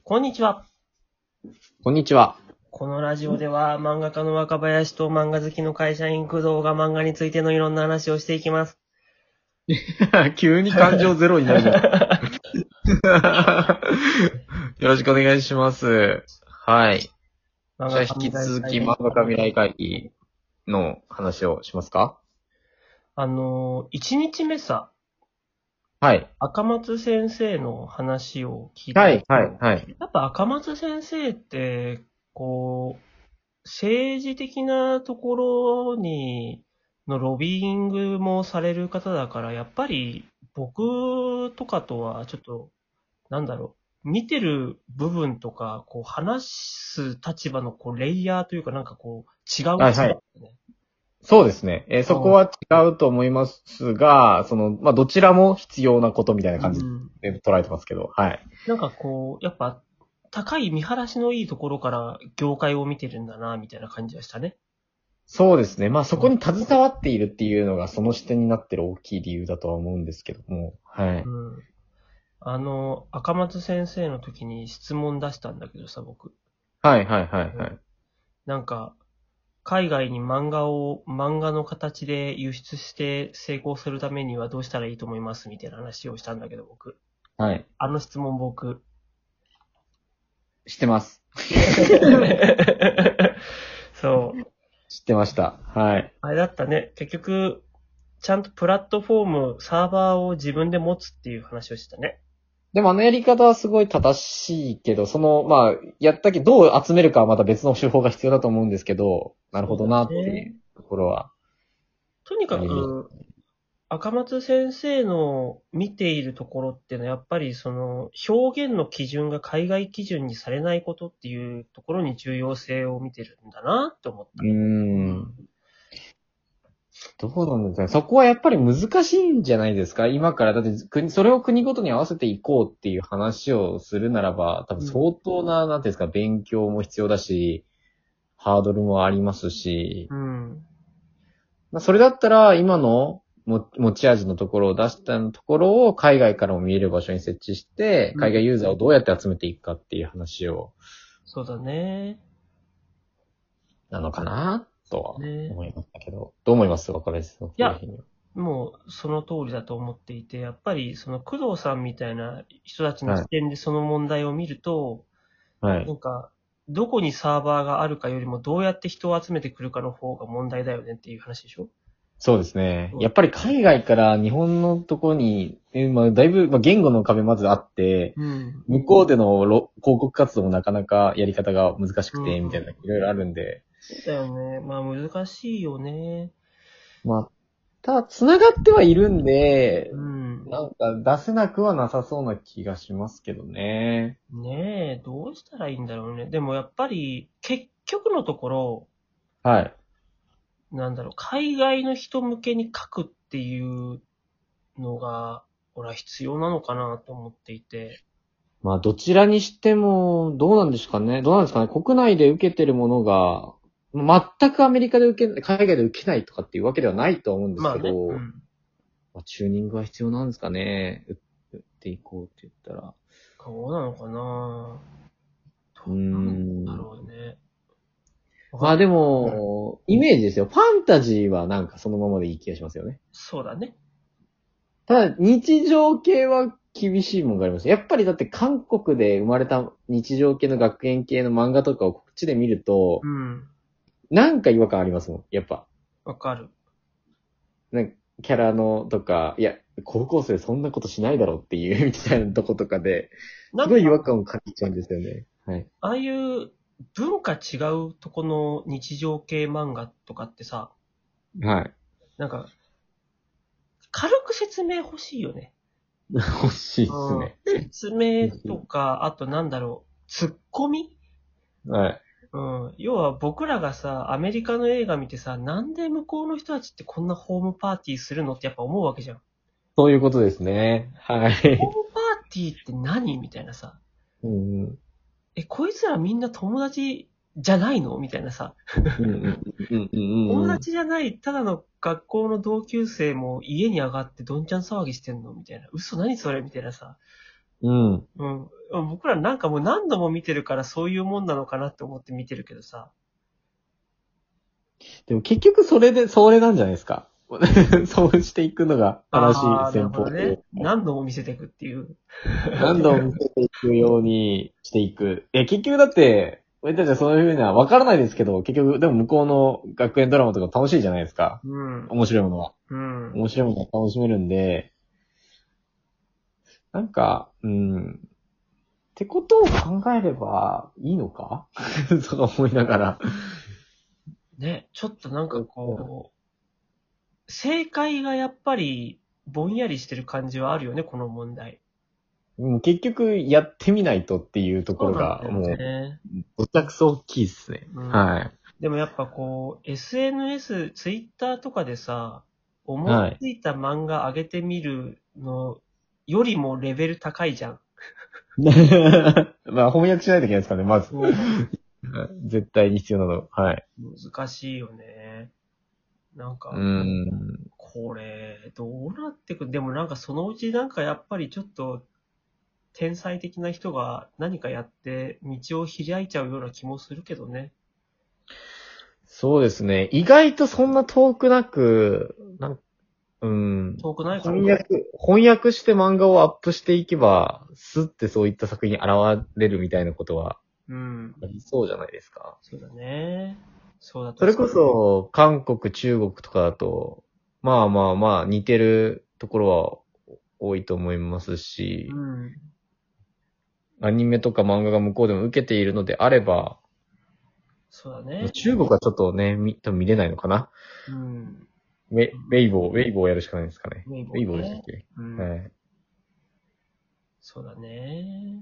こんにちは。 こんにちは。 このラジオでは漫画家の若林と漫画好きの会社員工藤が漫画についてのいろんな話をしていきます。 急に感情ゼロになるじゃん。よろしくお願いします。はい。じゃあ引き続き漫画家未来会議の話をしますか？ 1日目さ、 はい。 赤松先生の話を聞いて、 はい、はい、はい。 やっぱ赤松先生って、政治的なところのロビーイングもされる方だから、やっぱり僕とかとはちょっと、見てる部分とか、話す立場のレイヤーというか、違う、 はい、はい。そうですね。そこは違うと思いますが、どちらも必要なことみたいな感じで捉えてますけど、はい。 やっぱ、高い見晴らしのいいところから業界を見てるんだな、みたいな感じがしたね。 そうですね。そこに携わっているっていうのがその視点になってる大きい理由だとは思うんですけども、はい。 うん。赤松先生の時に質問出したんだけどさ、僕。 はい、はい、はい、はい。 なんか、海外に漫画の形で輸出して成功するためにはどうしたらいいと思いますみたいな話をしたんだけど、僕。 はい。 あの質問僕。 知ってます。 そう。 知ってました。はい。 あれだったね。結局、ちゃんとプラットフォーム、サーバーを自分で持つっていう話をしてたね。 でもあのやり方はすごい正しいけど、やったけど、どう集めるかはまた別の手法が必要だと思うんですけど、なるほどなっていうところはとにかあります。 く、赤松先生の見ているところっていうのは、やっぱりその表現の基準が海外基準にされないことっていうところに重要性を見てるんだなって思った。 どうなんですかね。そこはやっぱり難しいんじゃないですか今から。だってそれを国ごとに合わせていこうっていう話をするならば、多分相当な、なんていうんですか、勉強も必要だし、ハードルもありますし、 うん。 それだったら、今の持ち味のところを出したところを海外からも見える場所に設置して、海外ユーザーをどうやって集めていくかっていう話を、 そうだね。 なのかなとはね。 思いましたけど。どう思います若林さん？ いや、もうその通りだと思っていて、やっぱりその工藤さんみたいな人たちのはい。 視点でその問題を見ると、 はい。 どこにサーバーがあるかよりもどうやって人を集めてくるかの方が問題だよねっていう話でしょ？ そうですね。 うん。 やっぱり海外から日本のところに、だいぶ、言語の壁まずあって、 うん。 向こうでの広告活動もなかなかやり方が難しくて、みたいな、 うん。 いろいろあるんで、 そうだよね。まあ難しいよね。 まあ、ただ、繋がってはいるんで、 うん。 なんか出せなくはなさそうな気がしますけどね。 ねえ、どうしたらいいんだろうね。でもやっぱり、結局のところ、 はい。 海外の人向けに書くっていうのが、俺は必要なのかなと思っていて。 どちらにしても、どうなんですかね。どうなんですかね。国内で受けてるものが、全くアメリカで海外で受けないとかっていうわけではないと思うんですまあね。うけど、 ん。 チューニングは必要なんですかね。打っていこうって言ったら。 そうなのかな。 うーどうなんだん。 ろうね。わかんない。 でうん。 も、イメージですよ。ファンタジーはなんかそのままでいい気がしますよね。 そうだね。 ただ、日常系は厳しいものがあります。やっぱりだって韓国で生まれた日常系の学園系の漫画とかをこっちで見ると、 うん。 なんか違和感ありますもん。やっぱ。 わかる。 なんかキャラのとか、いや、高校生そんなことしないだろうっていうみたいなとことかで、すごい違和感を感じちゃうんですよね。はい。 ああいう文化違うとこの日常系漫画とかってさ、 はい。 なんか、軽く説明欲しいよね。 欲しいっすうん。 ね。 説明とか、あとツッコミ。 はい。 うん。要は僕らがさ、アメリカの映画見てさ、なんで向こうの人たちってこんなホームパーティーするのってやっぱ思うわけじゃん。 そういうことですね。はホーい。 ムパーティーって何みたいなさ。 うん。 こいつらみんな友達じゃないのみたいなさ。 うんうんうんうん友うん。 達じゃない、ただの学校の同級生も家に上がってどんちゃん騒ぎしてんのみたいな。嘘何それみたいなさ。 うん。 うん。僕らなんかもう何度も見てるからそういうもんなのかなって思って見てるけどさ。 でも結局それで、それなんじゃないですか。そうしていくのが正しいああ、なる戦法というほどね。何度も見せていくっていう。 何度も見せていくようにしていく。結局だって、俺たちはそういうふうな、わからないですけど、結局、でも向こうの学園ドラマとか楽しいじゃないですか。 うん。 面白いものは。 うん。 面白いものは楽しめるんで、なんか、ってことを考えればいいのかとか思いながら。 ね、ちょっとなんかこう、正解がやっぱりぼんやりしてる感じはあるよね、この問題。 もう結局、やってみないとっていうとこそうろが、 なんだよもね。 う、ごちゃくそ大きいっすね。 うん。 はい。 でもやっぱこう、SNS、ツイッターとかでさ、思いはい。 ついた漫画上げてみるのよりもレベル高いじゃん。 まあ、翻訳しないといけないですからね、まず。 そ絶対に必要なの。はい。 う。難しいよね。なんうーか、 ん。 これ、どうなってく、でもなんかそのうちなんかやっぱりちょっと天才的な人が何かやって道を開いちゃうような気もするけどね。 そうですね。意外とそんな遠くなく、 遠くないかな。 翻訳して漫画をアップしていけば、スッてそういった作品に現れるみたいなことはうん。 ありそうじゃないですか。 そうだね。そうだとそれこそ、韓国、中国とかだと、まあまあまあ、似てるところは多いと思いますうし、 ん。 アニメとか漫画が向こうでも受けているのであれば、 そうだね。 中国はちょっとね、多分見れないのかな。 うん。 ウェイボーやるしかないんですかね。 ウェイボウェイボーでしたっーね。 け？ うん。 はい。 そうだね。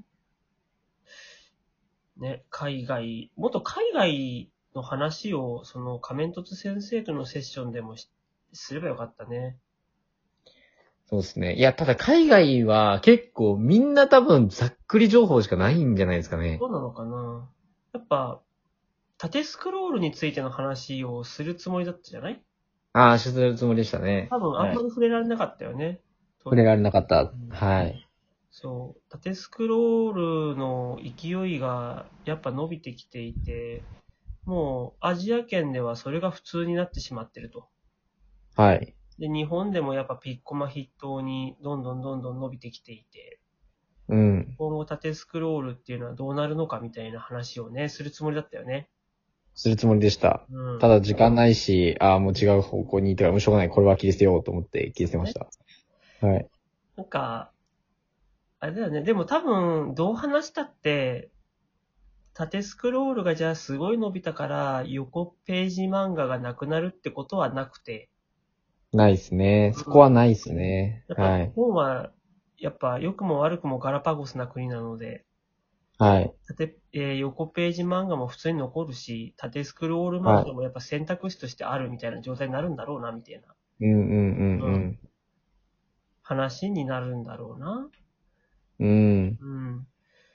ね、もっと海外の話を、その仮面凸先生とのセッションでもすればよかったね。 そうですね。いや、ただ海外は結構みんな多分ざっくり情報しかないんじゃないですかね。 どうなのかな。やっぱ、縦スクロールについての話をするつもりだったじゃない？ ああ、するつもりでしたね。 多分あんはい。 まり触れられなかったよね。 触れられなかった。 うん。 はい。 そう。縦スクロールの勢いがやっぱ伸びてきていて、もうアジア圏ではそれが普通になってしまってると。 はい。 で、日本でもやっぱピッコマ筆頭にどんどんどんどん伸びてきていて、 うん。 今後縦スクロールっていうのはどうなるのかみたいな話をね、するつもりだったよね。 するつもりでした。 うん。 ただ時間ないし、ああ、もう違う方向に行ってから、もうしょうがない。これは切り捨てようと思って切り捨てましね。 た。はい。 なんか、あれだよね。でも多分、どう話したって、縦スクロールがじゃあすごい伸びたから横ページ漫画がなくなるってことはなくて、 ないですね。そこうん。 はないですね。 やっぱ日はい。 本は、やっぱ良くも悪くもガラパゴスな国なので、 はい。 横ページ漫画も普通に残るし、縦スクロール漫はい。 画もやっぱ選択肢としてあるみたいな状態になるんだろうな、みたいな、 うんうんうん話になるんだろうな。 うん。うん。 うん。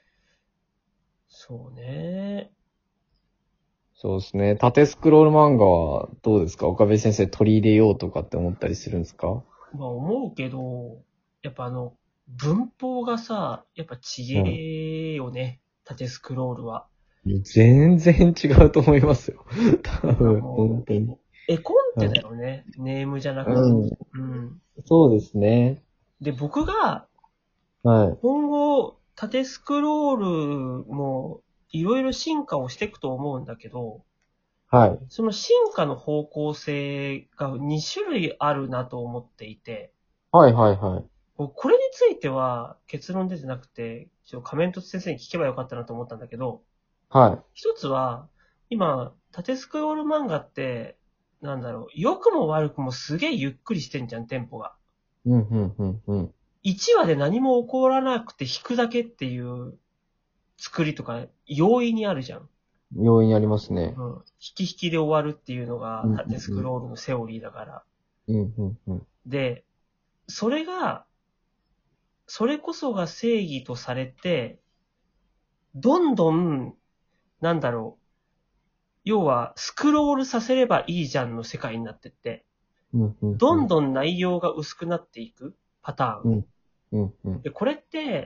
そうね。 そうですね。縦スクロール漫画はどうですか？岡部先生取り入れようとかって思ったりするんですか？ まあ思うけど、やっぱ文法がさ、やっぱちげうん。 えよね。縦スクロールは。 全然違うと思いますよ。多分、 も本当に。 絵コンテはい。 だよね。ネームじゃなくて。 うん。 うん。 そうですね。 で、僕がはい。 今後、縦スクロールもいろいろ進化をしていくと思うんだけど、 はい。 その進化の方向性が2種類あるなと思っていて、 はいはいはい。 これについては結論出てなくて、仮面凸先生に聞けばよかったなと思ったんだけど、 は一つは、今、縦スクロール漫画って、なんだろう、良くも悪くもすげえゆっくりしてんじゃん、テンポが。 い。うん、うん、うん、うん。 1話で何も起こらなくて弾くだけっていう作りとか、容易にあるじゃん。 要因ありますね。 うん。引き引きで終わるっていうのが、 うん、 縦スうん、 クロールのセオリーだから。 うん、うん、うん。 で、それが、それこそが正義とされて、どんどん、なんだろう、要は、スクロールさせればいいじゃんの世界になってって、 うん、うん、 どんどん内容が薄くなっていくパターン。 うん、うん、うん。 で、これって、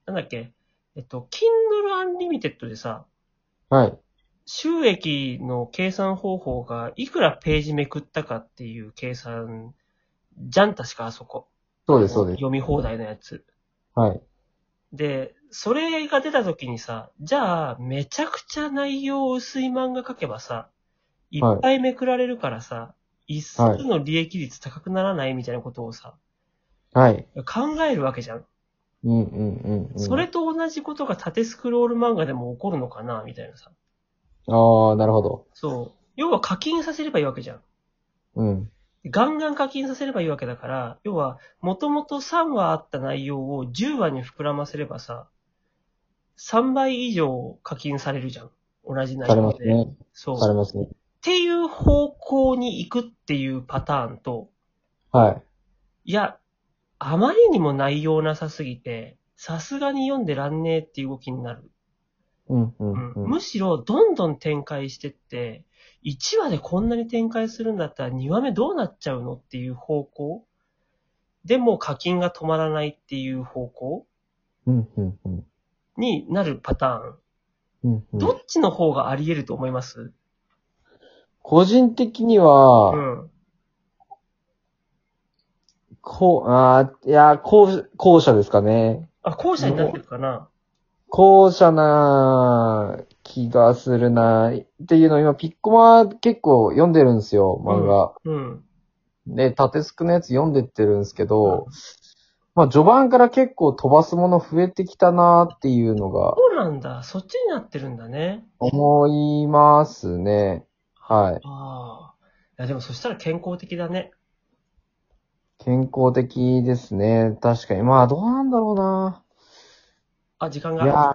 なんだっけ、Kindle Unlimited でさ、 はい。 収益の計算方法がいくらページめくったかっていう計算じゃん、確かあそこ。 そうです、そうです。 読み放題のやつ。 はい。 で、それが出た時にさ、じゃあ、めちゃくちゃ内容薄い漫画描けばさ、いっはい。 ぱいめくられるからさ、一冊はい。 の利益率高くならないみたいなことをさ、 はい。 考えるわけじゃん。 うんうんうんうん。 それと同じことが縦スクロール漫画でも起こるのかなみたいなさ。 ああ、なるほど。 そう。要は課金させればいいわけじゃん。 うん。 ガンガン課金させればいいわけだから、要は、もともと3話あった内容を10話に膨らませればさ、3倍以上課金されるじゃん。同じ内され容で。 ますね。さそう。 れますね。 っていう方向に行くっていうパターンと、 はい。 いや、あまりにも内容なさすぎて、さすがに読んでらんねえっていう動きになる。 うんううん。 んうん。 むしろ、どんどん展開してって、1話でこんなに展開するんだったら2話目どうなっちゃうのっていう方向でも課金が止まらないっていう方向うんうんうん。 になるパターン。 うんうん。 どっちの方があり得ると思います？ 個人的には、 うん。 いや、後者ですかね。 あ、後者になっての、 るかな？ 後者な気がするな。っていうのを今、ピッコマ結構読んでるんですよ、 うん。 漫画。 うん。 で、縦スクのやつ読んでってるんですけど、 うん。 まあ、序盤から結構飛ばすもの増えてきたなっていうのがそうなんだ。そっちになってるんだね。 思いますね。はい。 ああ。いや、でもそしたら健康的だね。 健康的ですね。確かに。まあ、どうなんだろうな。 あ、時間が。 いやー